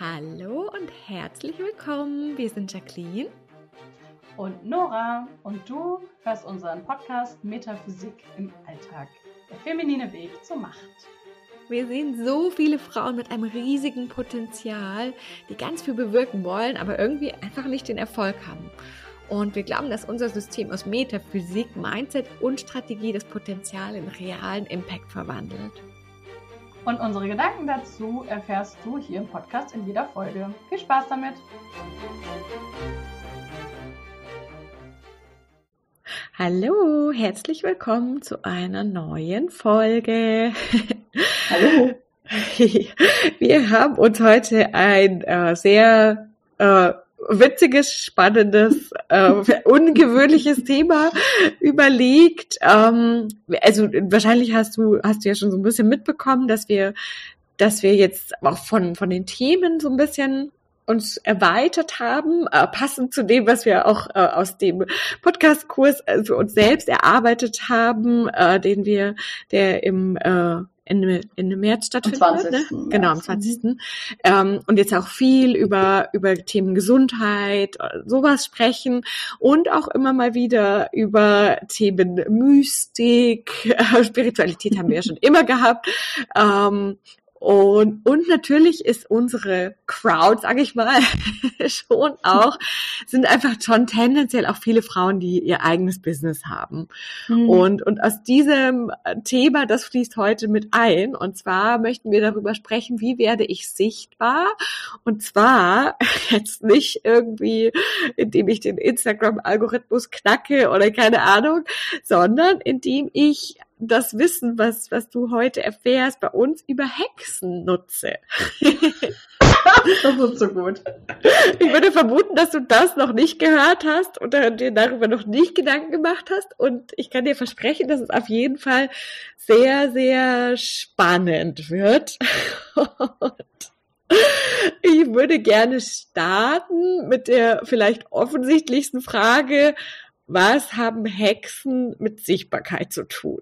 Hallo und herzlich willkommen. Wir sind Jacqueline und Nora und du hörst unseren Podcast Metaphysik im Alltag. Der feminine Weg zur Macht. Wir sehen so viele Frauen mit einem riesigen Potenzial, die ganz viel bewirken wollen, aber irgendwie einfach nicht den Erfolg haben. Und wir glauben, dass unser System aus Metaphysik, Mindset und Strategie das Potenzial in realen Impact verwandelt. Und unsere Gedanken dazu erfährst du hier im Podcast in jeder Folge. Viel Spaß damit! Hallo, herzlich willkommen zu einer neuen Folge. Hallo! Wir haben uns heute ein sehr witziges, spannendes, ungewöhnliches Thema überlegt. Also wahrscheinlich hast du ja schon so ein bisschen mitbekommen, dass wir jetzt auch von den Themen so ein bisschen uns erweitert haben, passend zu dem, was wir auch aus dem Podcast-Kurs für uns selbst erarbeitet haben, der im Ende März stattfindet. Am 20. Ne? Genau, am 20. Und jetzt auch viel über Themen Gesundheit, sowas sprechen und auch immer mal wieder über Themen Mystik, Spiritualität haben wir ja schon immer gehabt. Und natürlich ist unsere Crowd, sage ich mal, sind einfach schon tendenziell auch viele Frauen, die ihr eigenes Business haben. Mhm. Und aus diesem Thema, das fließt heute mit ein. Und zwar möchten wir darüber sprechen, wie werde ich sichtbar? Und zwar jetzt nicht irgendwie, indem ich den Instagram-Algorithmus knacke oder keine Ahnung, sondern indem ich das Wissen, was du heute erfährst, bei uns über Hexen nutze. Das ist so gut. Ich würde vermuten, dass du das noch nicht gehört hast und dir darüber noch nicht Gedanken gemacht hast. Und ich kann dir versprechen, dass es auf jeden Fall sehr, sehr spannend wird. Und ich würde gerne starten mit der vielleicht offensichtlichsten Frage: Was haben Hexen mit Sichtbarkeit zu tun?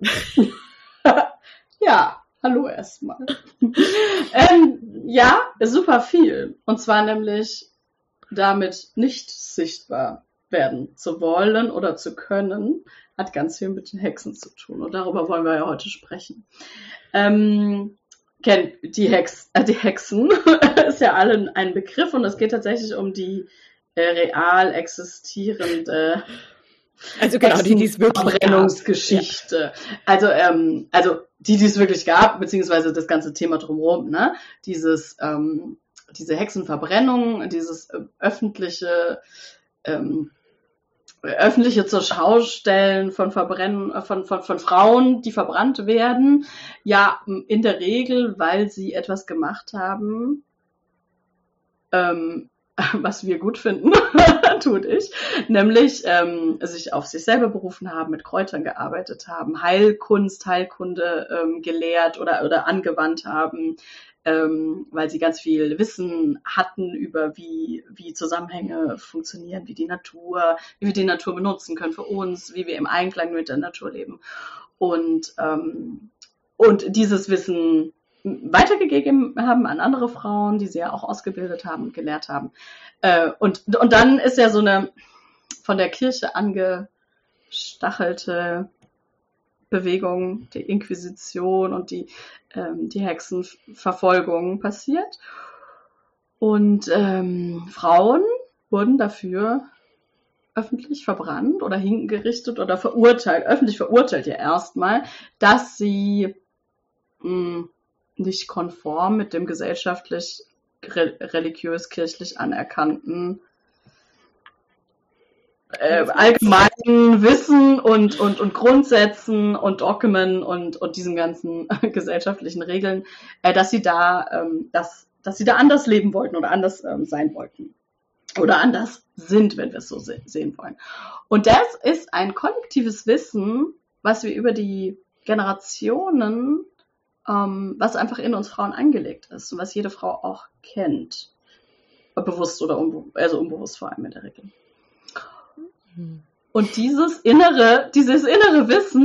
Ja, hallo erstmal. Ja, super viel. Und zwar nämlich damit nicht sichtbar werden zu wollen oder zu können, hat ganz viel mit den Hexen zu tun. Und darüber wollen wir ja heute sprechen. Die Hexen ist ja allen ein Begriff und es geht tatsächlich um die real existierende also genau, die es wirklich Verbrennungsgeschichte. Ja. Also die es wirklich gab, beziehungsweise das ganze Thema drumherum, ne? Diese Hexenverbrennung, dieses öffentliche zur Schaustellen von Verbrennen von Frauen, die verbrannt werden, ja, in der Regel, weil sie etwas gemacht haben, was wir gut finden, tut ich, nämlich sich auf sich selber berufen haben, mit Kräutern gearbeitet haben, Heilkunde gelehrt oder angewandt haben, weil sie ganz viel Wissen hatten über wie Zusammenhänge funktionieren, wie wir die Natur benutzen können für uns, wie wir im Einklang mit der Natur leben. Und dieses Wissen weitergegeben haben an andere Frauen, die sie ja auch ausgebildet haben und gelehrt haben. Und dann ist ja so eine von der Kirche angestachelte Bewegung, die Inquisition und die Hexenverfolgung passiert. Und Frauen wurden dafür öffentlich verbrannt oder hingerichtet oder öffentlich verurteilt ja erstmal, dass sie nicht konform mit dem gesellschaftlich, religiös-kirchlich anerkannten allgemeinen Wissen und Grundsätzen und Dogmen und diesen ganzen gesellschaftlichen Regeln, dass sie da anders leben wollten oder anders sein wollten oder anders sind, wenn wir es so sehen wollen. Und das ist ein kollektives Wissen, was wir über die Generationen was einfach in uns Frauen angelegt ist und was jede Frau auch kennt. Bewusst oder unbewusst vor allem in der Regel. Und dieses innere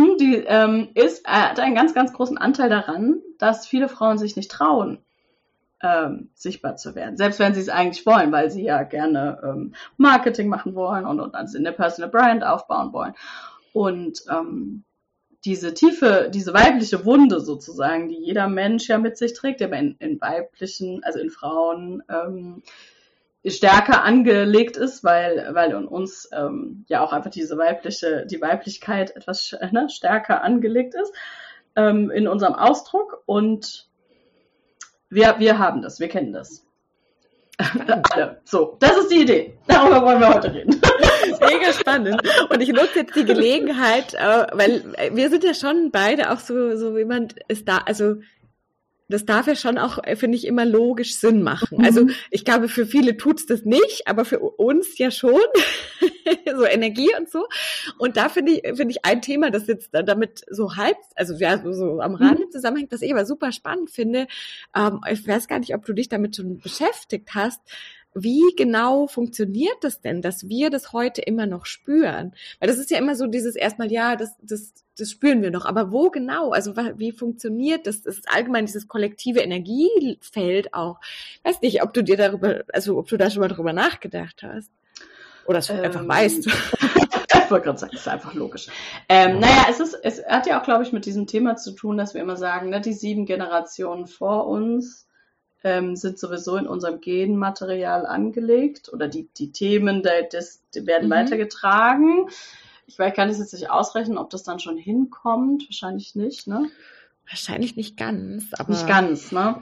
Wissen, hat einen ganz, ganz großen Anteil daran, dass viele Frauen sich nicht trauen, sichtbar zu werden. Selbst wenn sie es eigentlich wollen, weil sie ja gerne Marketing machen wollen und also eine Personal Brand aufbauen wollen. Und diese weibliche Wunde sozusagen, die jeder Mensch ja mit sich trägt, der aber in weiblichen, also in Frauen stärker angelegt ist, weil in uns ja auch einfach die Weiblichkeit etwas stärker angelegt ist in unserem Ausdruck, und wir haben das, wir kennen das. Alle. So, das ist die Idee. Darüber wollen wir heute reden. Mega spannend. Und ich nutze jetzt die Gelegenheit, weil wir sind ja schon beide auch so jemand ist da, also das darf ja schon auch, finde ich, immer logisch Sinn machen. Also ich glaube, für viele tut's das nicht, aber für uns ja schon. So Energie und so. Und da finde ich ein Thema, das jetzt damit so halb, also ja, so am Rande zusammenhängt, das ich aber super spannend finde. Ich weiß gar nicht, ob du dich damit schon beschäftigt hast. Wie genau funktioniert das denn, dass wir das heute immer noch spüren? Weil das ist ja immer so dieses erstmal, ja, das spüren wir noch. Aber wo genau? Also wie funktioniert das? Das ist allgemein dieses kollektive Energiefeld auch. Ich weiß nicht, ob du ob du da schon mal drüber nachgedacht hast. Oder es einfach weißt. Ich wollte gerade sagen, das ist einfach logisch. Naja, es hat ja auch, glaube ich, mit diesem Thema zu tun, dass wir immer sagen, ne, die 7 Generationen vor uns sind sowieso in unserem Genmaterial angelegt, oder die Themen die werden weitergetragen. Ich kann es jetzt nicht ausrechnen, ob das dann schon hinkommt. Wahrscheinlich nicht, ne? Wahrscheinlich nicht ganz, aber... Nicht ganz, ne?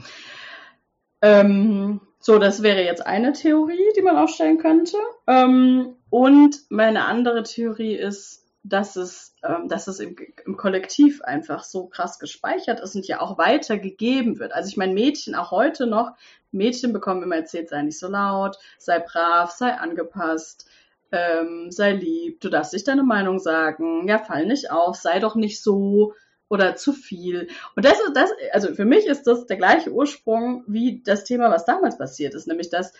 So, das wäre jetzt eine Theorie, die man aufstellen könnte. Und meine andere Theorie ist, dass es im Kollektiv einfach so krass gespeichert ist und ja auch weitergegeben wird. Also ich meine, Mädchen auch heute noch, Mädchen bekommen immer erzählt, sei nicht so laut, sei brav, sei angepasst, sei lieb, du darfst nicht deine Meinung sagen, ja, fall nicht auf, sei doch nicht so oder zu viel. Und also für mich ist das der gleiche Ursprung wie das Thema, was damals passiert ist, nämlich dass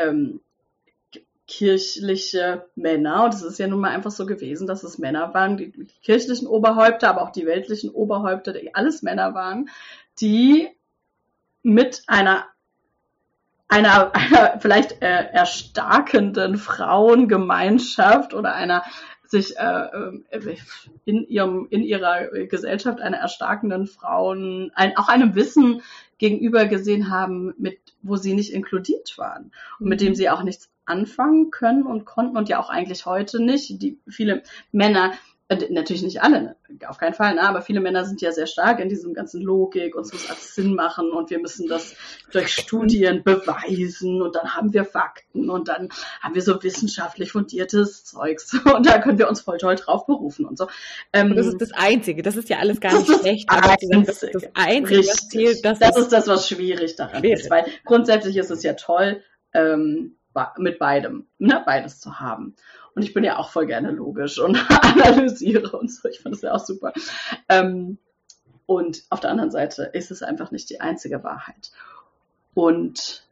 kirchliche Männer, und es ist ja nun mal einfach so gewesen, dass es Männer waren, die kirchlichen Oberhäupter, aber auch die weltlichen Oberhäupter, die alles Männer waren, die mit einer vielleicht erstarkenden Frauengemeinschaft oder einer sich in ihrer Gesellschaft einer erstarkenden Frauen, auch einem Wissen gegenüber gesehen haben, wo sie nicht inkludiert waren und mit dem sie auch nichts anfangen können und konnten und ja auch eigentlich heute nicht. Viele Männer, natürlich nicht alle, auf keinen Fall, aber viele Männer sind ja sehr stark in diesem ganzen Logik und es muss alles Sinn machen und wir müssen das durch Studien beweisen und dann haben wir Fakten und dann haben wir so wissenschaftlich fundiertes Zeugs und da können wir uns voll toll drauf berufen und so. Und das ist das Einzige, das ist ja alles gar nicht schlecht, aber das ist das Einzige, was zählt. Das ist das, was schwierig daran ist, weil grundsätzlich ist es ja toll, mit beidem, ne, beides zu haben. Und ich bin ja auch voll gerne logisch und analysiere und so. Ich finde das ja auch super. Und auf der anderen Seite ist es einfach nicht die einzige Wahrheit. Und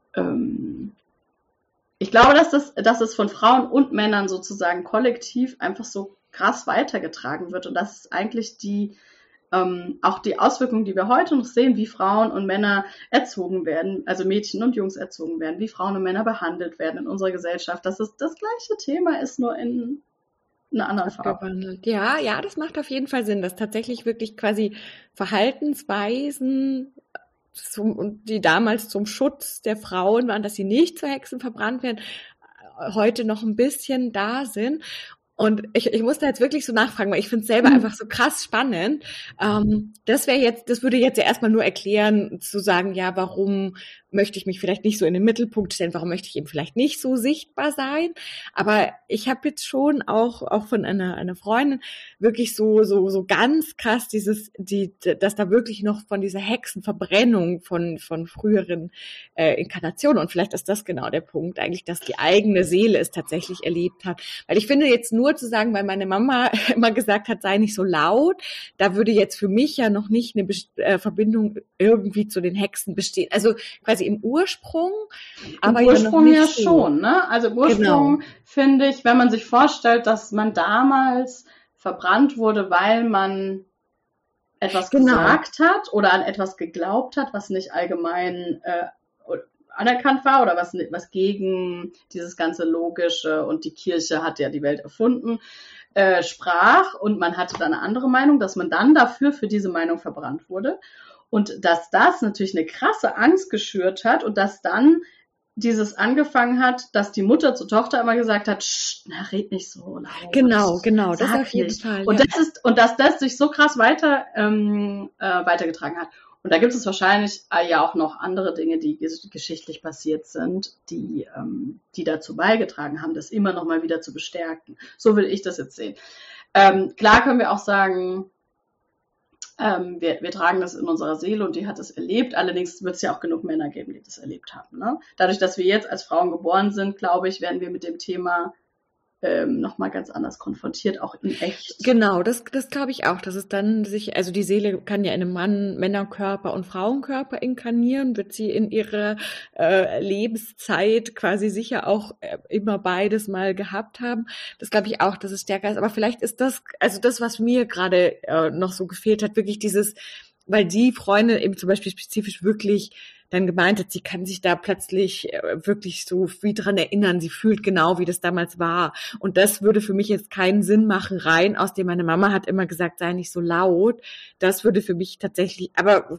ich glaube, dass es von Frauen und Männern sozusagen kollektiv einfach so krass weitergetragen wird. Und das ist eigentlich auch die Auswirkungen, die wir heute noch sehen, wie Frauen und Männer erzogen werden, also Mädchen und Jungs erzogen werden, wie Frauen und Männer behandelt werden in unserer Gesellschaft, dass es das gleiche Thema ist, nur in einer anderen Farbe. Ja, das macht auf jeden Fall Sinn, dass tatsächlich wirklich quasi Verhaltensweisen, die damals zum Schutz der Frauen waren, dass sie nicht zu Hexen verbrannt werden, heute noch ein bisschen da sind. Und ich muss da jetzt wirklich so nachfragen, weil ich finde es selber einfach so krass spannend. Das würde jetzt ja erstmal nur erklären, zu sagen, ja, warum möchte ich mich vielleicht nicht so in den Mittelpunkt stellen, warum möchte ich eben vielleicht nicht so sichtbar sein. Aber ich habe jetzt schon auch von einer Freundin wirklich so ganz krass dass da wirklich noch von dieser Hexenverbrennung von früheren Inkarnationen, und vielleicht ist das genau der Punkt eigentlich, dass die eigene Seele es tatsächlich erlebt hat. Weil ich finde jetzt nur zu sagen, weil meine Mama immer gesagt hat, sei nicht so laut, da würde jetzt für mich ja noch nicht eine Verbindung irgendwie zu den Hexen bestehen. Also quasi im Ursprung, aber im Ursprung ja noch nicht ja schon, ne? Also im Ursprung finde ich, wenn man sich vorstellt, dass man damals verbrannt wurde, weil man etwas gesagt hat oder an etwas geglaubt hat, was nicht allgemein anerkannt war oder was gegen dieses ganze Logische, und die Kirche hat ja die Welt erfunden, sprach, und man hatte dann eine andere Meinung, dass man dann dafür für diese Meinung verbrannt wurde. Und dass das natürlich eine krasse Angst geschürt hat und dass dann dieses angefangen hat, dass die Mutter zur Tochter immer gesagt hat, red nicht so laut. Genau, das auf jeden Fall. Und dass das sich so krass weitergetragen hat. Und da gibt es wahrscheinlich ja auch noch andere Dinge, die geschichtlich passiert sind, die dazu beigetragen haben, das immer noch mal wieder zu bestärken. So will ich das jetzt sehen. Klar können wir auch sagen, wir tragen das in unserer Seele und die hat es erlebt. Allerdings wird es ja auch genug Männer geben, die das erlebt haben. Ne? Dadurch, dass wir jetzt als Frauen geboren sind, glaube ich, werden wir mit dem Thema nochmal ganz anders konfrontiert, auch in echt. Genau, das glaube ich auch, dass es dann also die Seele kann ja in einem Männerkörper und Frauenkörper inkarnieren, wird sie in ihrer Lebenszeit quasi sicher auch immer beides mal gehabt haben. Das glaube ich auch, dass es stärker ist. Aber vielleicht ist das, also das, was mir gerade noch so gefehlt hat, wirklich dieses, weil die Freundin eben zum Beispiel spezifisch wirklich dann gemeint hat, sie kann sich da plötzlich wirklich so wie dran erinnern, sie fühlt genau, wie das damals war. Und das würde für mich jetzt keinen Sinn machen, rein aus dem, meine Mama hat immer gesagt, sei nicht so laut. Das würde für mich tatsächlich, aber...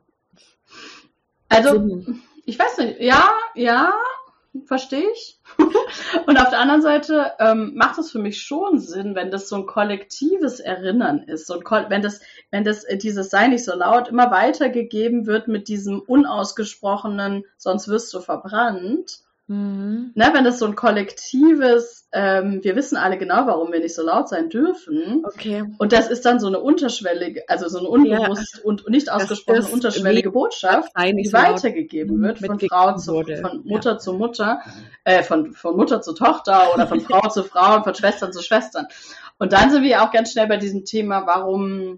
Also, ich weiß nicht, ja, verstehe ich. Und auf der anderen Seite macht es für mich schon Sinn, wenn das so ein kollektives Erinnern ist, wenn das dieses sei nicht so laut immer weitergegeben wird mit diesem unausgesprochenen, sonst wirst du verbrannt. Mhm. Ne, wenn das so ein kollektives, wir wissen alle genau, warum wir nicht so laut sein dürfen. Okay. Und das ist dann so eine unterschwellige, also so eine unbewusst und nicht ausgesprochene unterschwellige Botschaft, die weitergegeben wird von Mutter zu Mutter, von Mutter zu Tochter oder von Frau zu Frau und von Schwestern zu Schwestern. Und dann sind wir auch ganz schnell bei diesem Thema, warum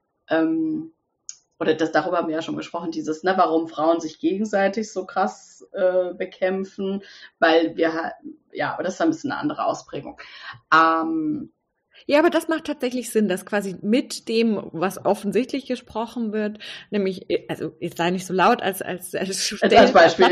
darüber haben wir ja schon gesprochen, warum Frauen sich gegenseitig so krass bekämpfen, weil aber das ist ein bisschen eine andere Ausprägung. Ja, aber das macht tatsächlich Sinn, dass quasi mit dem, was offensichtlich gesprochen wird, nämlich, also jetzt sei nicht so laut als Beispiel,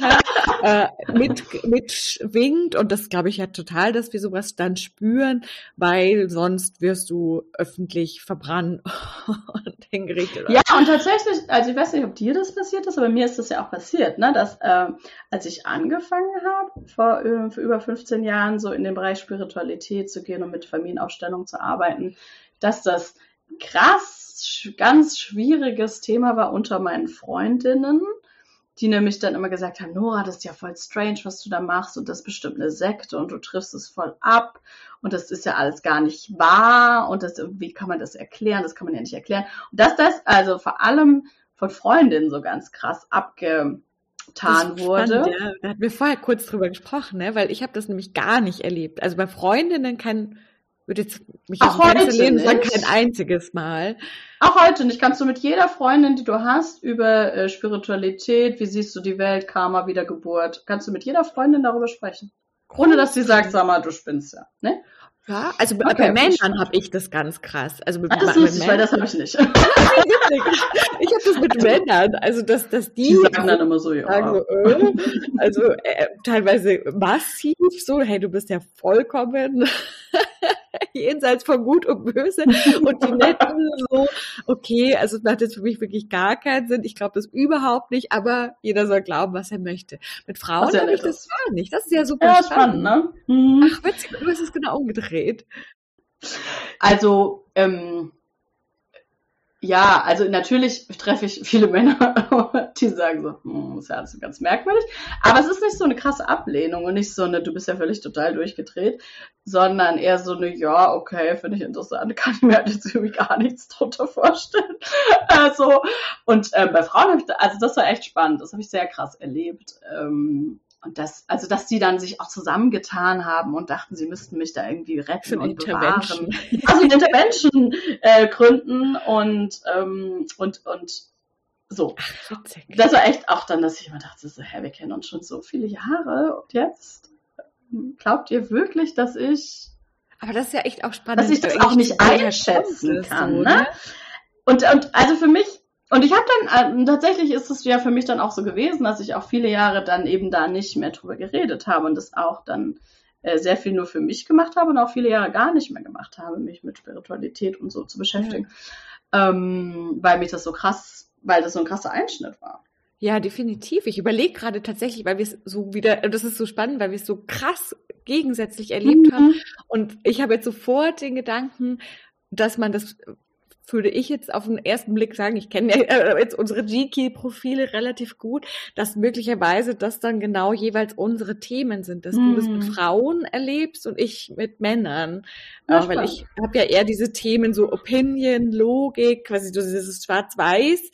mitschwingt, und das glaube ich ja total, dass wir sowas dann spüren, weil sonst wirst du öffentlich verbrannt und hingerichtet. Ja, und tatsächlich, also ich weiß nicht, ob dir das passiert ist, aber mir ist das ja auch passiert, ne, dass als ich angefangen habe, vor über 15 Jahren so in den Bereich Spiritualität zu gehen und mit Familienaufstellung zu arbeiten, dass das ganz schwieriges Thema war unter meinen Freundinnen, die nämlich dann immer gesagt haben, Nora, das ist ja voll strange, was du da machst, und das ist bestimmt eine Sekte und du triffst es voll ab und das ist ja alles gar nicht wahr und wie kann man das erklären? Das kann man ja nicht erklären. Und dass das also vor allem von Freundinnen so ganz krass abgetan wurde. Spannend, ja. Da hatten wir vorher kurz drüber gesprochen, ne? Weil ich habe das nämlich gar nicht erlebt. Also bei Freundinnen würde jetzt mich auch heute ganze Leben sagen, kein einziges Mal. Auch heute nicht. Kannst du mit jeder Freundin, die du hast, über Spiritualität, wie siehst du die Welt, Karma, Wiedergeburt, kannst du mit jeder Freundin darüber sprechen. Ohne dass sie sagt, sag mal, du spinnst ja. Ne? Ja, also bei Männern habe ich das ganz krass. Also das ist lustig, weil das habe ich nicht. Ich habe das mit Männern, also dass die sagen dann immer so, ja. Sagen, also teilweise massiv so, hey, du bist ja vollkommen jenseits von Gut und Böse, und die Netten so, okay, also es macht jetzt für mich wirklich gar keinen Sinn, ich glaube das überhaupt nicht, aber jeder soll glauben, was er möchte. Mit Frauen habe ich das gar nicht, das ist ja super spannend, ne? Ach, witzig, du hast es genau umgedreht. Also, ja, also natürlich treffe ich viele Männer, die sagen so, das ist ja alles ganz merkwürdig, aber es ist nicht so eine krasse Ablehnung und nicht so eine, du bist ja völlig total durchgedreht, sondern eher so eine, ja, okay, finde ich interessant, kann ich mir halt jetzt irgendwie gar nichts drunter vorstellen. Also, und bei Frauen das war echt spannend, das habe ich sehr krass erlebt. Und dass die dann sich auch zusammengetan haben und dachten, sie müssten mich da irgendwie retten und bewahren. Also eine Intervention gründen und so. Ach, witzig. Das war echt auch dann, dass ich immer dachte, so, wir kennen uns schon so viele Jahre und jetzt glaubt ihr wirklich, dass ich... Aber das ist ja echt auch spannend. Dass ich das auch nicht einschätzen kann, ne? Und also für mich, und ich habe dann, tatsächlich ist es ja für mich dann auch so gewesen, dass ich auch viele Jahre dann eben da nicht mehr drüber geredet habe und das auch dann sehr viel nur für mich gemacht habe und auch viele Jahre gar nicht mehr gemacht habe, mich mit Spiritualität und so zu beschäftigen, weil das so ein krasser Einschnitt war. Ja, definitiv. Ich überlege gerade tatsächlich, weil wir es so wieder, das ist so spannend, weil wir es so krass gegensätzlich erlebt haben. Und ich habe jetzt sofort den Gedanken, dass man das, würde ich jetzt auf den ersten Blick sagen, ich kenne ja jetzt unsere Gene-Key-Profile relativ gut, dass möglicherweise das dann genau jeweils unsere Themen sind, dass du das mit Frauen erlebst und ich mit Männern. Weil ich habe ja eher diese Themen so Opinion, Logik, quasi so dieses Schwarz-Weiß,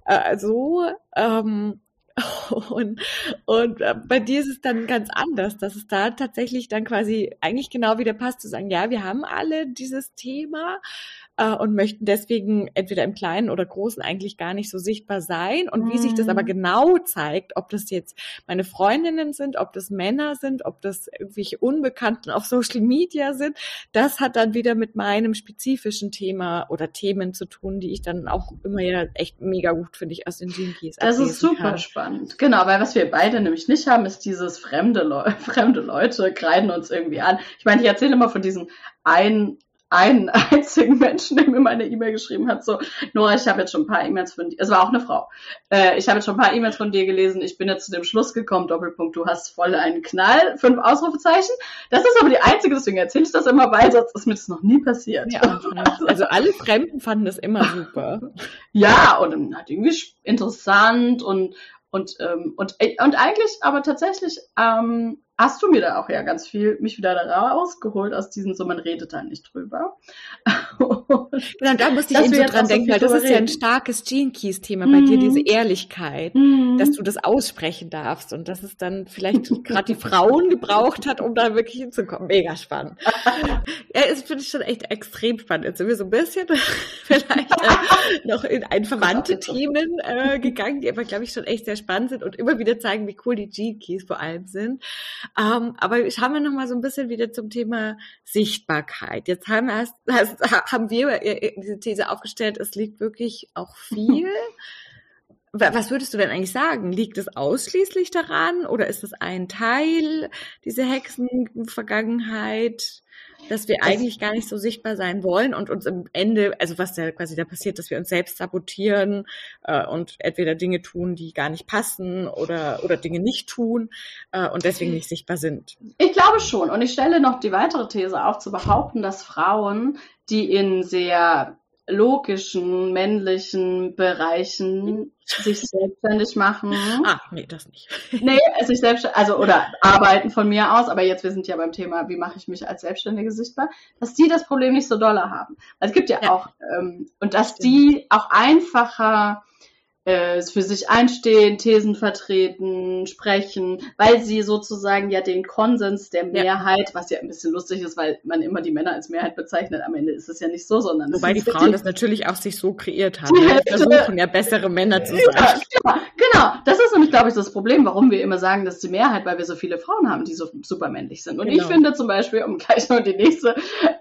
und bei dir ist es dann ganz anders, dass es da tatsächlich dann quasi eigentlich genau wieder passt, zu sagen, ja, wir haben alle dieses Thema und möchten deswegen entweder im Kleinen oder Großen eigentlich gar nicht so sichtbar sein. Und wie sich das aber genau zeigt, ob das jetzt meine Freundinnen sind, ob das Männer sind, ob das irgendwelche Unbekannten auf Social Media sind, das hat dann wieder mit meinem spezifischen Thema oder Themen zu tun, die ich dann auch immer ja echt mega gut, finde ich, aus den Gene Keys Das ist super spannend. Genau, weil was wir beide nämlich nicht haben, ist dieses fremde Leute kreiden uns irgendwie an. Ich meine, ich erzähle immer von diesen einen einzigen Menschen, der mir meine E-Mail geschrieben hat, so, Nora, ich habe jetzt schon ein paar E-Mails von dir, es war auch eine Frau, ich habe jetzt schon ein paar E-Mails von dir gelesen, ich bin jetzt zu dem Schluss gekommen, Doppelpunkt, du hast voll einen Knall, 5 Ausrufezeichen, das ist aber die einzige, deswegen erzähle ich das immer, weil sonst ist mir das noch nie passiert. Ja, also alle Fremden fanden das immer super. Ja, und dann hat irgendwie interessant und eigentlich, aber tatsächlich, hast du mir da auch ja ganz viel mich wieder da rausgeholt aus diesem, so man redet da nicht drüber. Genau, da musste ich eben so dran denken, weil das ist ja ein starkes Gene Keys Thema bei dir, diese Ehrlichkeit, dass du das aussprechen darfst und dass es dann vielleicht gerade die Frauen gebraucht hat, um da wirklich hinzukommen. Mega spannend. Ja, das finde ich schon echt extrem spannend. Jetzt sind wir so ein bisschen vielleicht noch in ein verwandte Themen gegangen, die aber, glaube ich, schon echt sehr spannend sind und immer wieder zeigen, wie cool die Gene Keys vor allem sind. Aber schauen wir noch mal so ein bisschen wieder zum Thema Sichtbarkeit. Jetzt haben wir diese These aufgestellt, es liegt wirklich auch viel. Was würdest du denn eigentlich sagen? Liegt es ausschließlich daran oder ist es ein Teil dieser Hexenvergangenheit, dass wir eigentlich gar nicht so sichtbar sein wollen und uns am Ende, also was da quasi da passiert, dass wir uns selbst sabotieren und entweder Dinge tun, die gar nicht passen oder Dinge nicht tun und deswegen nicht sichtbar sind? Ich glaube schon. Und ich stelle noch die weitere These auf, zu behaupten, dass Frauen, die in sehr logischen, männlichen Bereichen sich selbstständig machen. Nee, das nicht. Nee, sich selbstständig, also, oder arbeiten von mir aus, aber jetzt, wir sind ja beim Thema, wie mache ich mich als Selbstständige sichtbar, dass die das Problem nicht so dolle haben. Also, es gibt ja auch, und dass die auch einfacher für sich einstehen, Thesen vertreten, sprechen, weil sie sozusagen ja den Konsens der Mehrheit, was ja ein bisschen lustig ist, weil man immer die Männer als Mehrheit bezeichnet, am Ende ist es ja nicht so, sondern wobei die Frauen das natürlich auch sich so kreiert haben. Die versuchen ja bessere Männer zu sein. Ja, genau. Das ist nämlich, glaube ich, das Problem, warum wir immer sagen, dass die Mehrheit, weil wir so viele Frauen haben, die so super männlich sind. Und ich finde zum Beispiel, um gleich noch die nächste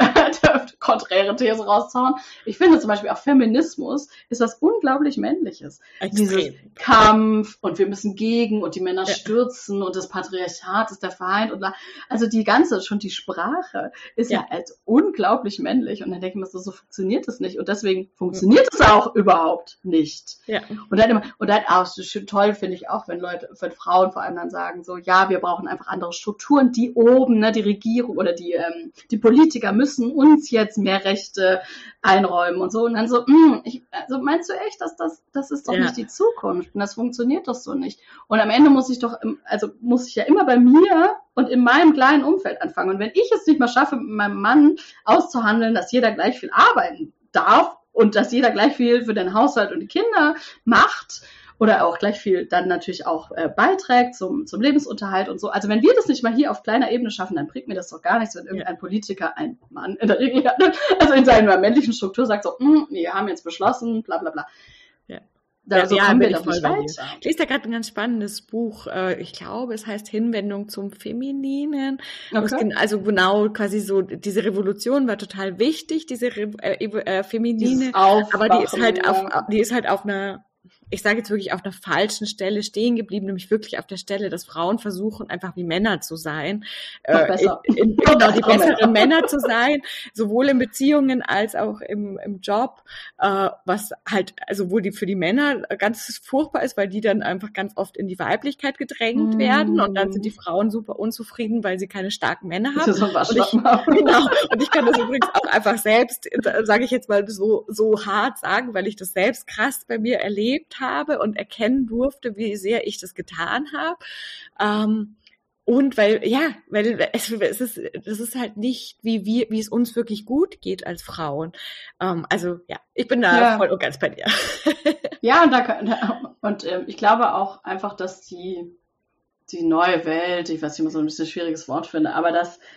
konträre These rauszuhauen, ich finde zum Beispiel auch Feminismus ist was unglaublich Männliches. Dieses Kampf und wir müssen gegen und die Männer stürzen und das Patriarchat ist der Feind und also die ganze, schon die Sprache ist ja als unglaublich männlich und dann denke ich mir so funktioniert das nicht und deswegen funktioniert es auch überhaupt nicht. Ja. Und dann auch toll finde ich auch, wenn Frauen vor allem dann sagen so, ja, wir brauchen einfach andere Strukturen, die oben, ne, die Regierung oder die Politiker müssen uns jetzt mehr Rechte einräumen und so und dann so, also meinst du echt, dass das ist doch nicht die Zukunft und das funktioniert doch so nicht. Und am Ende muss ich ja immer bei mir und in meinem kleinen Umfeld anfangen. Und wenn ich es nicht mal schaffe, mit meinem Mann auszuhandeln, dass jeder gleich viel arbeiten darf und dass jeder gleich viel für den Haushalt und die Kinder macht oder auch gleich viel dann natürlich auch beiträgt zum Lebensunterhalt und so. Also wenn wir das nicht mal hier auf kleiner Ebene schaffen, dann bringt mir das doch gar nichts, wenn irgendein Politiker, ein Mann in der Regel, also in seiner männlichen Struktur sagt so, wir haben jetzt beschlossen, bla bla bla. Ja. so ja, kommen wir bin ich doch voll nicht bei dir. weiter. Ich lese da gerade ein ganz spannendes Buch. Ich glaube, es heißt Hinwendung zum Femininen. Okay. Also genau quasi so, diese Revolution war total wichtig, diese Feminine, aber die ist halt auf einer, ich sage jetzt wirklich auf einer falschen Stelle stehen geblieben, nämlich wirklich auf der Stelle, dass Frauen versuchen, einfach wie Männer zu sein. Noch besser. Genau, die besseren Männer zu sein, sowohl in Beziehungen als auch im Job, was halt, also wohl für die Männer ganz furchtbar ist, weil die dann einfach ganz oft in die Weiblichkeit gedrängt werden und dann sind die Frauen super unzufrieden, weil sie keine starken Männer haben. Und ich kann das übrigens auch einfach selbst, sage ich jetzt mal so hart sagen, weil ich das selbst krass bei mir erlebt habe und erkennen durfte, wie sehr ich das getan habe. Und weil es ist halt nicht, wie es uns wirklich gut geht als Frauen. Also ja, ich bin da voll und ganz bei dir. Ja, und ich glaube auch einfach, dass die neue Welt, ich weiß nicht, immer so ein bisschen schwieriges Wort finde, aber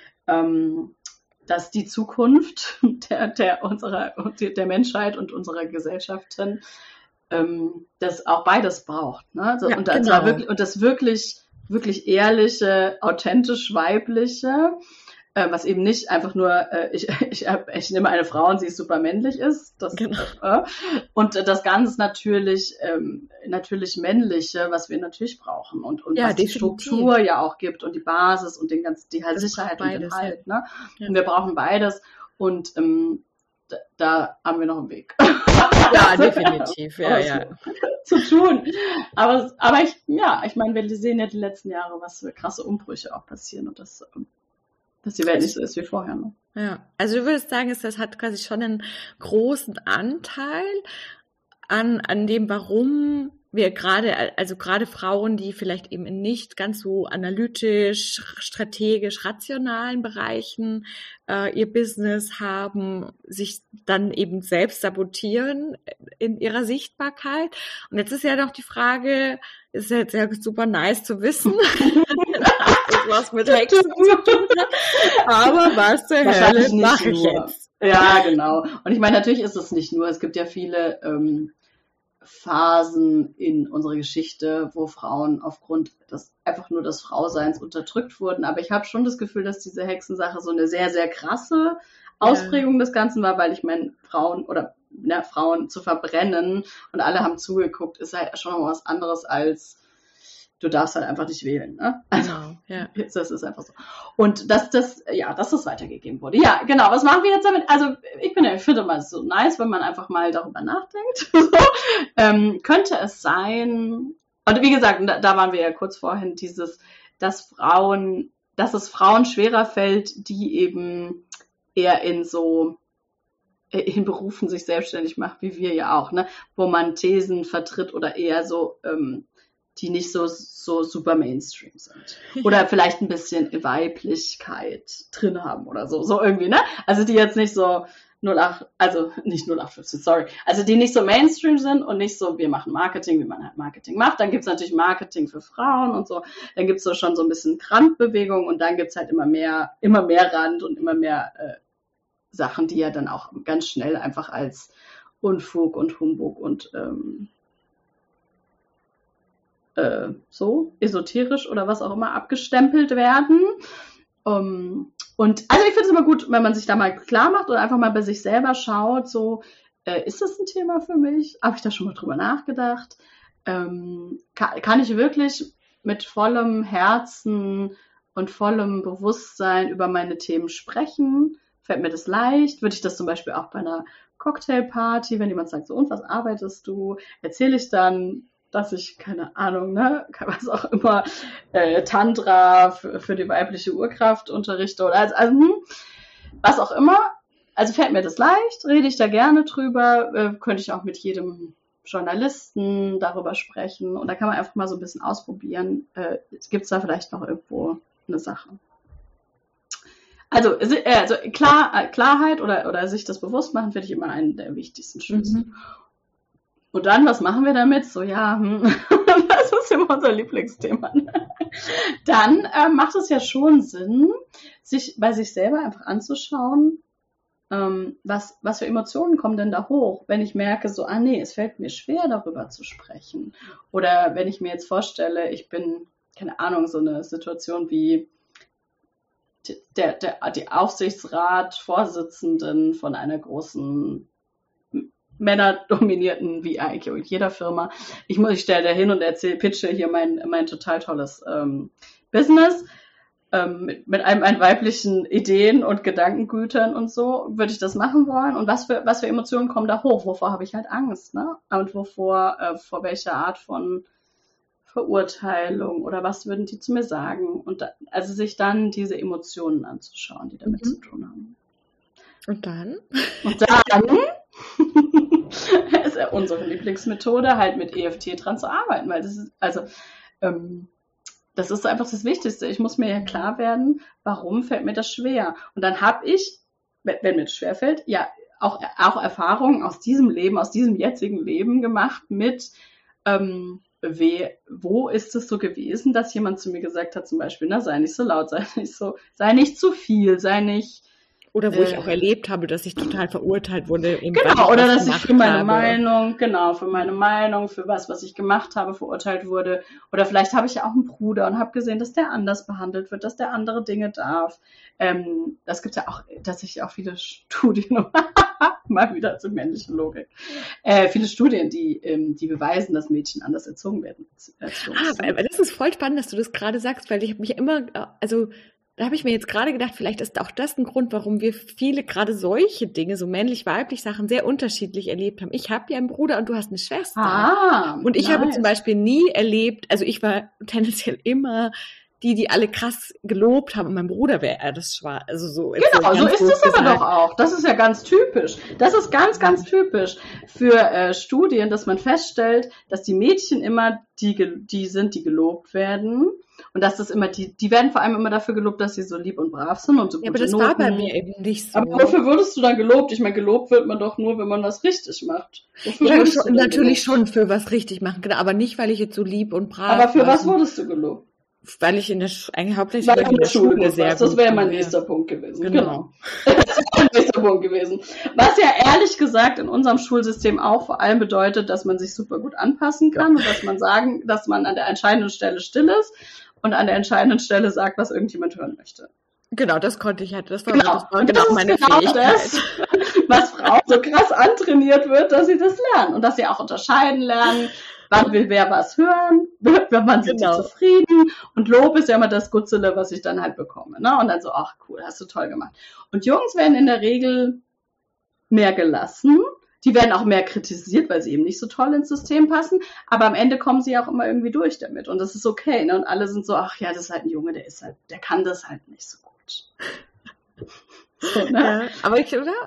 dass die Zukunft der Menschheit und unserer Gesellschaften das auch beides braucht, ne? So, und das war wirklich, und das wirklich ehrliche, authentisch weibliche, was eben nicht einfach nur ich nehme eine Frau und sie ist super männlich ist, und das ganz natürlich männliche, was wir natürlich brauchen und was die Struktur ja auch gibt und die Basis und die halt Sicherheit und den Halt, ne? Ja. Und wir brauchen beides und da haben wir noch einen Weg. Ja, definitiv, ja. Zu tun. Aber ich meine, wir sehen ja die letzten Jahre, was für krasse Umbrüche auch passieren und dass die Welt nicht so ist wie vorher. Ne? Ja, also du würdest sagen, das hat quasi schon einen großen Anteil an dem, warum wir gerade Frauen, die vielleicht eben in nicht ganz so analytisch, strategisch, rationalen Bereichen ihr Business haben, sich dann eben selbst sabotieren in ihrer Sichtbarkeit. Und jetzt ist ja noch die Frage, ist jetzt ja super nice zu wissen, was mit Hexen zu tun hat, aber was zur Hölle mache ich jetzt? Ja, genau. Und ich meine, natürlich ist es nicht nur, es gibt ja viele Phasen in unserer Geschichte, wo Frauen aufgrund einfach nur des Frauseins unterdrückt wurden. Aber ich habe schon das Gefühl, dass diese Hexensache so eine sehr, sehr krasse Ausprägung des Ganzen war, weil ich meine, Frauen zu verbrennen und alle haben zugeguckt, ist halt schon noch was anderes als du darfst halt einfach nicht wählen, ne? Also, das ist einfach so. Und dass das weitergegeben wurde. Ja, genau. Was machen wir jetzt damit? Also, ich finde mal so nice, wenn man einfach mal darüber nachdenkt. Könnte es sein, und wie gesagt, da waren wir ja kurz vorhin, dass es Frauen schwerer fällt, die eben eher in Berufen sich selbstständig macht, wie wir ja auch, ne? Wo man Thesen vertritt oder eher so, die nicht so super Mainstream sind. Oder vielleicht ein bisschen Weiblichkeit drin haben oder so irgendwie, ne? Also die jetzt nicht so nicht 0815, sorry. Also die nicht so Mainstream sind und nicht so, wir machen Marketing, wie man halt Marketing macht. Dann gibt's natürlich Marketing für Frauen und so. Dann gibt's so schon so ein bisschen Randbewegung und dann gibt's halt immer mehr Rand und immer mehr Sachen, die ja dann auch ganz schnell einfach als Unfug und Humbug und so esoterisch oder was auch immer abgestempelt werden. Und also ich finde es immer gut, wenn man sich da mal klar macht oder einfach mal bei sich selber schaut, so, ist das ein Thema für mich? Habe ich da schon mal drüber nachgedacht? Kann ich wirklich mit vollem Herzen und vollem Bewusstsein über meine Themen sprechen? Fällt mir das leicht? Würde ich das zum Beispiel auch bei einer Cocktailparty, wenn jemand sagt, so, und was arbeitest du? Erzähle ich dann, dass ich, keine Ahnung, ne, was auch immer, Tantra für die weibliche Urkraft unterrichte oder also was auch immer. Also fällt mir das leicht, rede ich da gerne drüber, könnte ich auch mit jedem Journalisten darüber sprechen und da kann man einfach mal so ein bisschen ausprobieren, gibt es da vielleicht noch irgendwo eine Sache. Also Klarheit oder sich das bewusst machen, finde ich immer einen der wichtigsten Schlüssel. Mhm. Und dann, was machen wir damit? So, das ist immer unser Lieblingsthema. Dann macht es ja schon Sinn, sich bei sich selber einfach anzuschauen, was für Emotionen kommen denn da hoch, wenn ich merke, so, nee, es fällt mir schwer, darüber zu sprechen. Oder wenn ich mir jetzt vorstelle, ich bin, keine Ahnung, so eine Situation wie die Aufsichtsrat-Vorsitzenden von einer großen männerdominierten, wie eigentlich in jeder Firma. Ich stelle da hin und pitche hier mein total tolles Business mit einem weiblichen Ideen und Gedankengütern und so, würde ich das machen wollen. Und was für Emotionen kommen da hoch? Wovor habe ich halt Angst, ne? Und vor welcher Art von Verurteilung oder was würden die zu mir sagen? Und also sich dann diese Emotionen anzuschauen, die damit zu tun haben. Und dann? Ist ja unsere Lieblingsmethode, halt mit EFT dran zu arbeiten, weil das ist, das ist einfach das Wichtigste. Ich muss mir ja klar werden, warum fällt mir das schwer? Und dann habe ich, wenn mir das schwerfällt, ja auch Erfahrungen aus diesem Leben, aus diesem jetzigen Leben gemacht mit, wo ist es so gewesen, dass jemand zu mir gesagt hat, zum Beispiel, sei nicht so laut, sei nicht zu viel, sei nicht. Oder wo ich auch erlebt habe, dass ich total verurteilt wurde. Genau, oder dass ich für meine Meinung, für was ich gemacht habe, verurteilt wurde. Oder vielleicht habe ich ja auch einen Bruder und habe gesehen, dass der anders behandelt wird, dass der andere Dinge darf. Das gibt ja auch tatsächlich auch viele Studien, mal wieder zur männlichen Logik. Viele Studien, die beweisen, dass Mädchen anders erzogen werden. Aber das ist voll spannend, dass du das gerade sagst, weil ich habe mich immer, da habe ich mir jetzt gerade gedacht, vielleicht ist auch das ein Grund, warum wir viele gerade solche Dinge, so männlich-weiblich Sachen, sehr unterschiedlich erlebt haben. Ich habe ja einen Bruder und du hast eine Schwester. Und ich habe zum Beispiel nie erlebt, also ich war tendenziell immer die alle krass gelobt haben und mein Bruder wäre eher das Schwarz. Also so. Genau, so ist es aber doch auch. Das ist ja ganz typisch. Das ist ganz, ganz typisch für Studien, dass man feststellt, dass die Mädchen immer die sind, die gelobt werden. Und dass das immer, die werden vor allem immer dafür gelobt, dass sie so lieb und brav sind und so gute Noten. Ja, aber das war bei mir eben nicht so. Aber wofür würdest du dann gelobt? Ich meine, gelobt wird man doch nur, wenn man was richtig macht. Ja, natürlich schon für was richtig machen, genau, aber nicht, weil ich jetzt so lieb und brav war. Aber für was wurdest du gelobt? Weil ich eigentlich hauptsächlich in der Schule sehr gut. Das wäre mein nächster Punkt gewesen. Genau. Das ist mein nächster Punkt gewesen. Was ja ehrlich gesagt in unserem Schulsystem auch vor allem bedeutet, dass man sich super gut anpassen kann und dass man an der entscheidenden Stelle still ist und an der entscheidenden Stelle sagt, was irgendjemand hören möchte. Genau, das konnte ich halt. Das war genau meine Fähigkeit. Das, was Frauen so krass antrainiert wird, dass sie das lernen und dass sie auch unterscheiden lernen. Wann will wer was hören? Wann sind sie zufrieden? Und Lob ist ja immer das Gutzele, was ich dann halt bekomme. Ne? Und dann so, ach cool, hast du toll gemacht. Und Jungs werden in der Regel mehr gelassen. Die werden auch mehr kritisiert, weil sie eben nicht so toll ins System passen. Aber am Ende kommen sie auch immer irgendwie durch damit. Und das ist okay. Ne? Und alle sind so, ach ja, das ist halt ein Junge, der kann das halt nicht so gut. So, ne? Ja, aber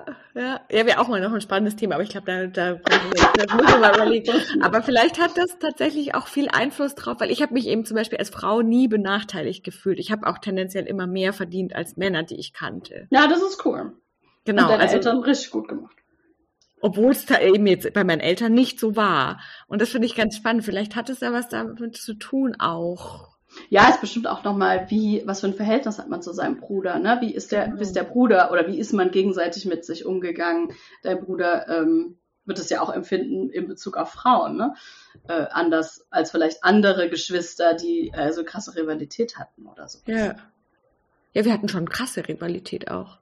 wäre auch mal noch ein spannendes Thema, aber ich glaube, da muss ich mal überlegen. Aber vielleicht hat das tatsächlich auch viel Einfluss drauf, weil ich habe mich eben zum Beispiel als Frau nie benachteiligt gefühlt. Ich habe auch tendenziell immer mehr verdient als Männer, die ich kannte. Ja, das ist cool. Genau. Und deine Eltern richtig gut gemacht. Obwohl es da eben jetzt bei meinen Eltern nicht so war. Und das finde ich ganz spannend. Vielleicht hat es ja was damit zu tun auch. Ja, ist bestimmt auch nochmal, was für ein Verhältnis hat man zu seinem Bruder, ne? Wie ist der Bruder oder wie ist man gegenseitig mit sich umgegangen? Dein Bruder wird es ja auch empfinden in Bezug auf Frauen, ne? Anders als vielleicht andere Geschwister, die so krasse Rivalität hatten oder so. Ja. Ja, wir hatten schon krasse Rivalität auch.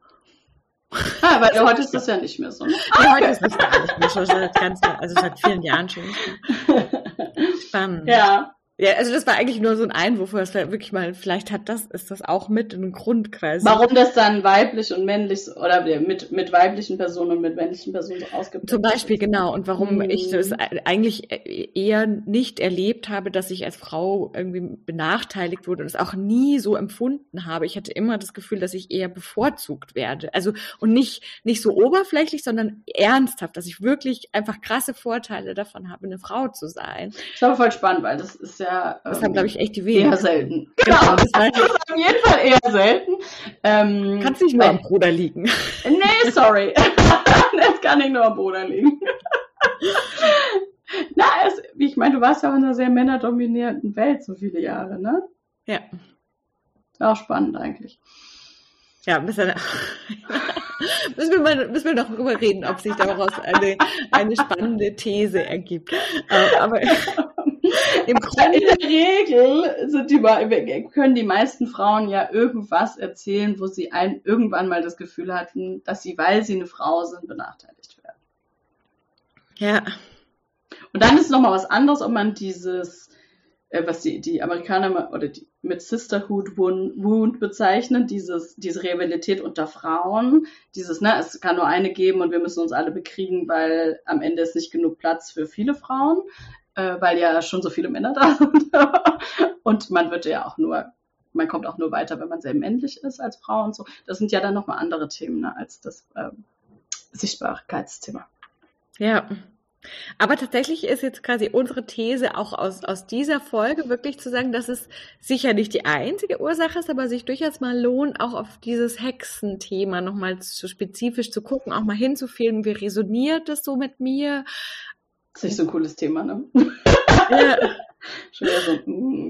Weil heute ist das ja nicht mehr so. Ne? Ja, heute ist das gar nicht mehr so. Seit vielen Jahren schon. Spannend. Ja. Ja, also das war eigentlich nur so ein Einwurf, was wirklich mal, vielleicht ist das auch mit ein Grund quasi. Warum das dann weiblich und männlich oder mit weiblichen Personen und mit männlichen Personen so ausgeprägt Zum Beispiel, genau. Und warum ich das eigentlich eher nicht erlebt habe, dass ich als Frau irgendwie benachteiligt wurde und es auch nie so empfunden habe. Ich hatte immer das Gefühl, dass ich eher bevorzugt werde. Also, und nicht so oberflächlich, sondern ernsthaft, dass ich wirklich einfach krasse Vorteile davon habe, eine Frau zu sein. Das ist aber voll spannend, weil das ist ja das haben, glaube ich, echt die wenigsten. Eher selten. Genau, das ist auf jeden Fall eher selten. Kann es nicht nur am Bruder liegen. Nee, sorry. Das kann nicht nur am Bruder liegen. Ich meine, du warst ja auch in einer sehr männerdominierten Welt so viele Jahre, ne? Ja. Auch spannend eigentlich. Ja, müssen wir noch drüber reden, ob sich daraus eine spannende These ergibt. Aber in der Regel können die meisten Frauen ja irgendwas erzählen, wo sie irgendwann mal das Gefühl hatten, dass sie, weil sie eine Frau sind, benachteiligt werden. Ja. Und dann ist nochmal was anderes, ob man dieses, was die Amerikaner oder die mit Sisterhood Wound bezeichnen, diese Rivalität unter Frauen, es kann nur eine geben und wir müssen uns alle bekriegen, weil am Ende ist nicht genug Platz für viele Frauen, weil ja schon so viele Männer da sind. Und man kommt auch nur weiter, wenn man sehr männlich ist als Frau und so. Das sind ja dann nochmal andere Themen, ne, als das Sichtbarkeitsthema. Ja. Aber tatsächlich ist jetzt quasi unsere These auch aus dieser Folge wirklich zu sagen, dass es sicher nicht die einzige Ursache ist, aber sich durchaus mal lohnt, auch auf dieses Hexenthema nochmal spezifisch zu gucken, auch mal hinzufühlen, wie resoniert das so mit mir? Das ist nicht so ein cooles Thema, ne? Ja. Schon wieder so,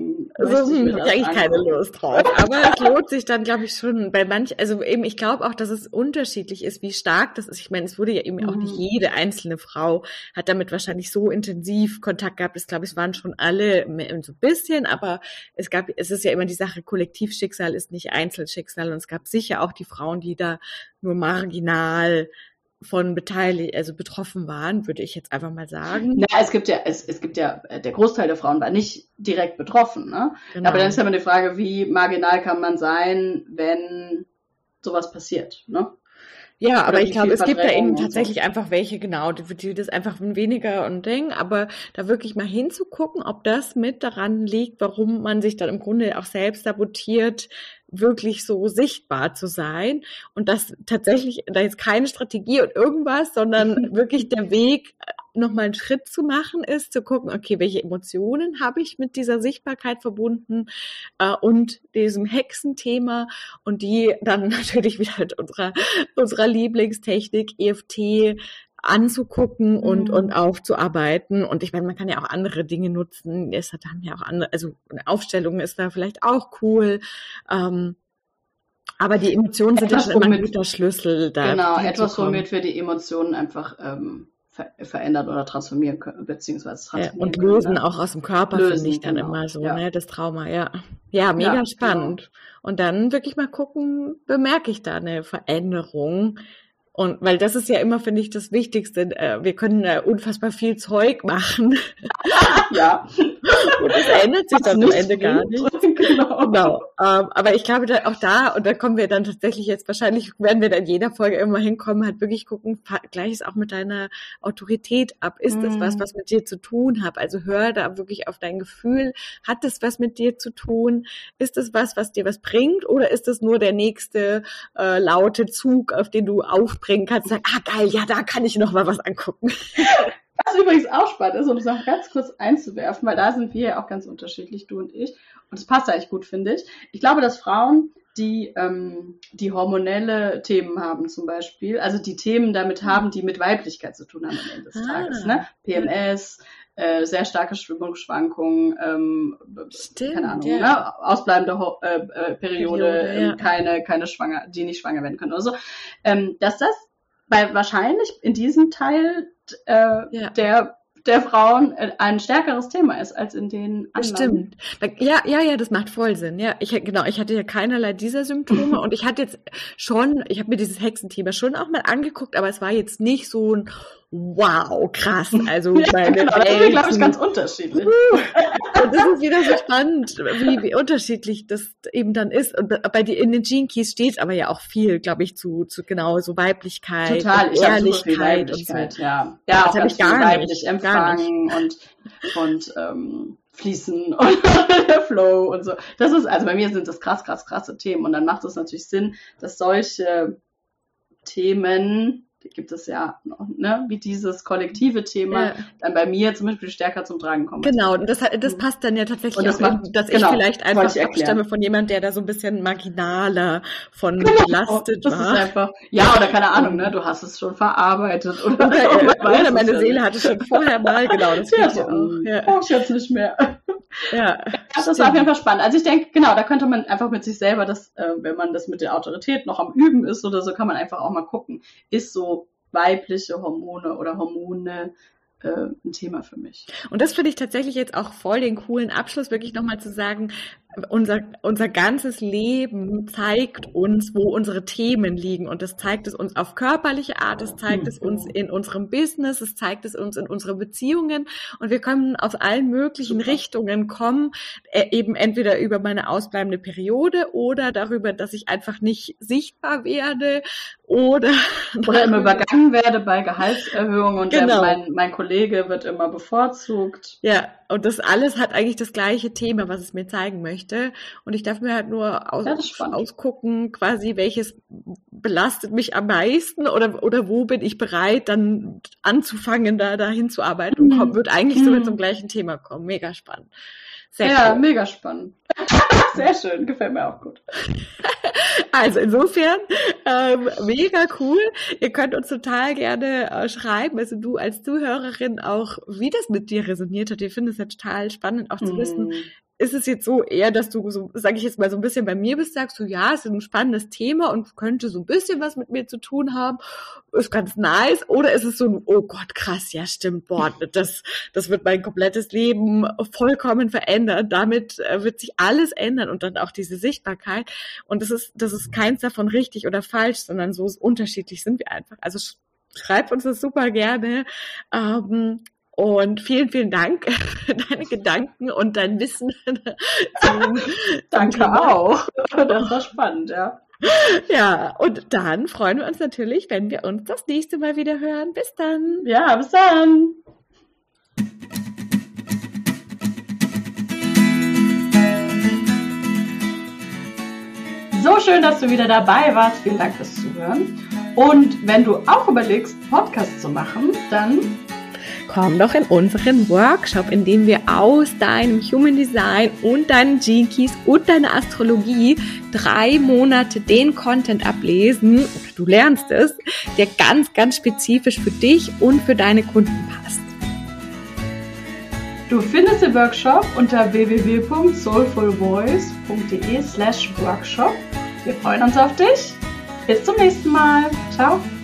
habe ich eigentlich keine Lust drauf. Aber es lohnt sich dann, glaube ich, schon bei also eben, ich glaube auch, dass es unterschiedlich ist, wie stark das ist. Ich meine, es wurde ja eben auch nicht jede einzelne Frau hat damit wahrscheinlich so intensiv Kontakt gehabt. Ich glaube, es waren schon alle so ein bisschen, aber es ist ja immer die Sache, Kollektivschicksal ist nicht Einzelschicksal und es gab sicher auch die Frauen, die da nur marginal von betroffen waren, würde ich jetzt einfach mal sagen. Ja, es gibt ja, der Großteil der Frauen war nicht direkt betroffen, ne? Genau. Aber dann ist ja immer die Frage, wie marginal kann man sein, wenn sowas passiert, ne? Ja, aber ich glaube, es gibt da eben tatsächlich einfach welche, genau, die das einfach weniger und denken, aber da wirklich mal hinzugucken, ob das mit daran liegt, warum man sich dann im Grunde auch selbst sabotiert, wirklich so sichtbar zu sein und das tatsächlich, da jetzt keine Strategie und irgendwas, sondern wirklich der Weg, nochmal einen Schritt zu machen ist, zu gucken, okay, welche Emotionen habe ich mit dieser Sichtbarkeit verbunden und diesem Hexenthema und die dann natürlich wieder mit unserer Lieblingstechnik EFT anzugucken und aufzuarbeiten. Und ich meine, man kann ja auch andere Dinge nutzen. Es haben ja auch andere, also eine Aufstellung ist da vielleicht auch cool. Aber die Emotionen sind ja schon immer ein guter Schlüssel da. Genau, etwas, womit wir die Emotionen einfach verändern oder transformieren können, beziehungsweise transformieren und lösen auch aus dem Körper, finde ich dann immer so, ne, das Trauma, ja. Ja, mega spannend. Genau. Und dann wirklich mal gucken, bemerke ich da eine Veränderung? Und weil das ist ja immer, finde ich, das Wichtigste. Wir können unfassbar viel Zeug machen. Ja. Und das ändert sich dann am Ende gar nicht. Genau. Aber ich glaube, und da kommen wir dann tatsächlich jetzt, wahrscheinlich werden wir dann in jeder Folge immer hinkommen, halt wirklich gucken, gleich ist auch mit deiner Autorität ab. Ist das was mit dir zu tun hat? Also hör da wirklich auf dein Gefühl. Hat das was mit dir zu tun? Ist das was dir was bringt? Oder ist das nur der nächste laute Zug, auf den du aufbringen kannst? Sagen, geil, ja, da kann ich noch mal was angucken. Was übrigens auch spannend ist, um es noch ganz kurz einzuwerfen, weil da sind wir ja auch ganz unterschiedlich, du und ich. Und es passt eigentlich gut, finde ich. Ich glaube, dass Frauen, die hormonelle Themen haben zum Beispiel, also die Themen damit haben, die mit Weiblichkeit zu tun haben am Ende des Tages, ne? PMS, sehr starke Stimmungsschwankungen, keine Ahnung, ne? Ausbleibende Periode, keine die nicht schwanger werden können oder so, dass das wahrscheinlich in diesem Teil der Frauen ein stärkeres Thema ist als in den anderen. Stimmt. Ja, das macht voll Sinn. Ja, ich hatte ja keinerlei dieser Symptome und ich habe mir dieses Hexenthema schon auch mal angeguckt, aber es war jetzt nicht so ein wow, krass. Also meine genau, das ist, glaube ich, ganz unterschiedlich. Und das ist wieder so spannend, wie unterschiedlich das eben dann ist. Und in den Gene Keys steht aber ja auch viel, glaube ich, zu genau so Weiblichkeit, total, und Ehrlichkeit und so. Ja, auch ganz viel weiblich empfangen und fließen und der Flow und so. Das ist, also bei mir sind das krasse Themen und dann macht es natürlich Sinn, dass solche Themen, die gibt es ja noch, ne, wie dieses kollektive Thema, dann bei mir zum Beispiel stärker zum Tragen kommt. Genau, und das passt dann ja tatsächlich auch, dass ich vielleicht einfach abstamme von jemand, der da so ein bisschen marginaler von belastet war. Das ist einfach, oder keine Ahnung, ne, du hast es schon verarbeitet oder meine Seele hatte schon vorher mal, genau, das geht ja auch. Brauch ich jetzt nicht mehr. Ja. Das ist auf jeden Fall spannend. Also ich denke, genau, da könnte man einfach mit sich selber, wenn man das mit der Autorität noch am Üben ist oder so, kann man einfach auch mal gucken, ist so weibliche Hormone oder Hormone ein Thema für mich. Und das finde ich tatsächlich jetzt auch voll den coolen Abschluss, wirklich nochmal zu sagen, unser ganzes Leben zeigt uns, wo unsere Themen liegen. Und das zeigt es uns auf körperliche Art, es zeigt es uns in unserem Business, es zeigt es uns in unseren Beziehungen. Und wir können aus allen möglichen Richtungen kommen, eben entweder über meine ausbleibende Periode oder darüber, dass ich einfach nicht sichtbar werde oder immer übergangen werde bei Gehaltserhöhungen und genau. Mein Kollege wird immer bevorzugt. Ja, und das alles hat eigentlich das gleiche Thema, was es mir zeigen möchte. Und ich darf mir halt nur ausgucken, quasi, welches belastet mich am meisten oder wo bin ich bereit, dann anzufangen, dahin zu arbeiten und wird eigentlich so zum gleichen Thema kommen. Mega spannend. Sehr cool. Mega spannend. Sehr schön, gefällt mir auch gut. Also insofern, mega cool. Ihr könnt uns total gerne schreiben, also du als Zuhörerin auch, wie das mit dir resoniert hat. Ich finde es ja total spannend auch zu wissen, ist es jetzt so eher, dass du so, sage ich jetzt mal, so ein bisschen bei mir bist, sagst du, ja, es ist ein spannendes Thema und könnte so ein bisschen was mit mir zu tun haben, ist ganz nice, oder ist es so ein, oh Gott, krass, ja stimmt, boah, das wird mein komplettes Leben vollkommen verändern, damit wird sich alles ändern und dann auch diese Sichtbarkeit und das ist keins davon richtig oder falsch, sondern so unterschiedlich sind wir einfach, also schreib uns das super gerne, und vielen, vielen Dank für deine Gedanken und dein Wissen. Danke auch. Das war spannend, ja. Ja, und dann freuen wir uns natürlich, wenn wir uns das nächste Mal wieder hören. Bis dann. Ja, bis dann. So schön, dass du wieder dabei warst. Vielen Dank fürs Zuhören. Und wenn du auch überlegst, Podcast zu machen, dann komm doch in unseren Workshop, in dem wir aus deinem Human Design und deinen Gene Keys und deiner Astrologie 3 Monate den Content ablesen, oder du lernst es, der ganz, ganz spezifisch für dich und für deine Kunden passt. Du findest den Workshop unter www.soulfulvoice.de/workshop. Wir freuen uns auf dich. Bis zum nächsten Mal. Ciao.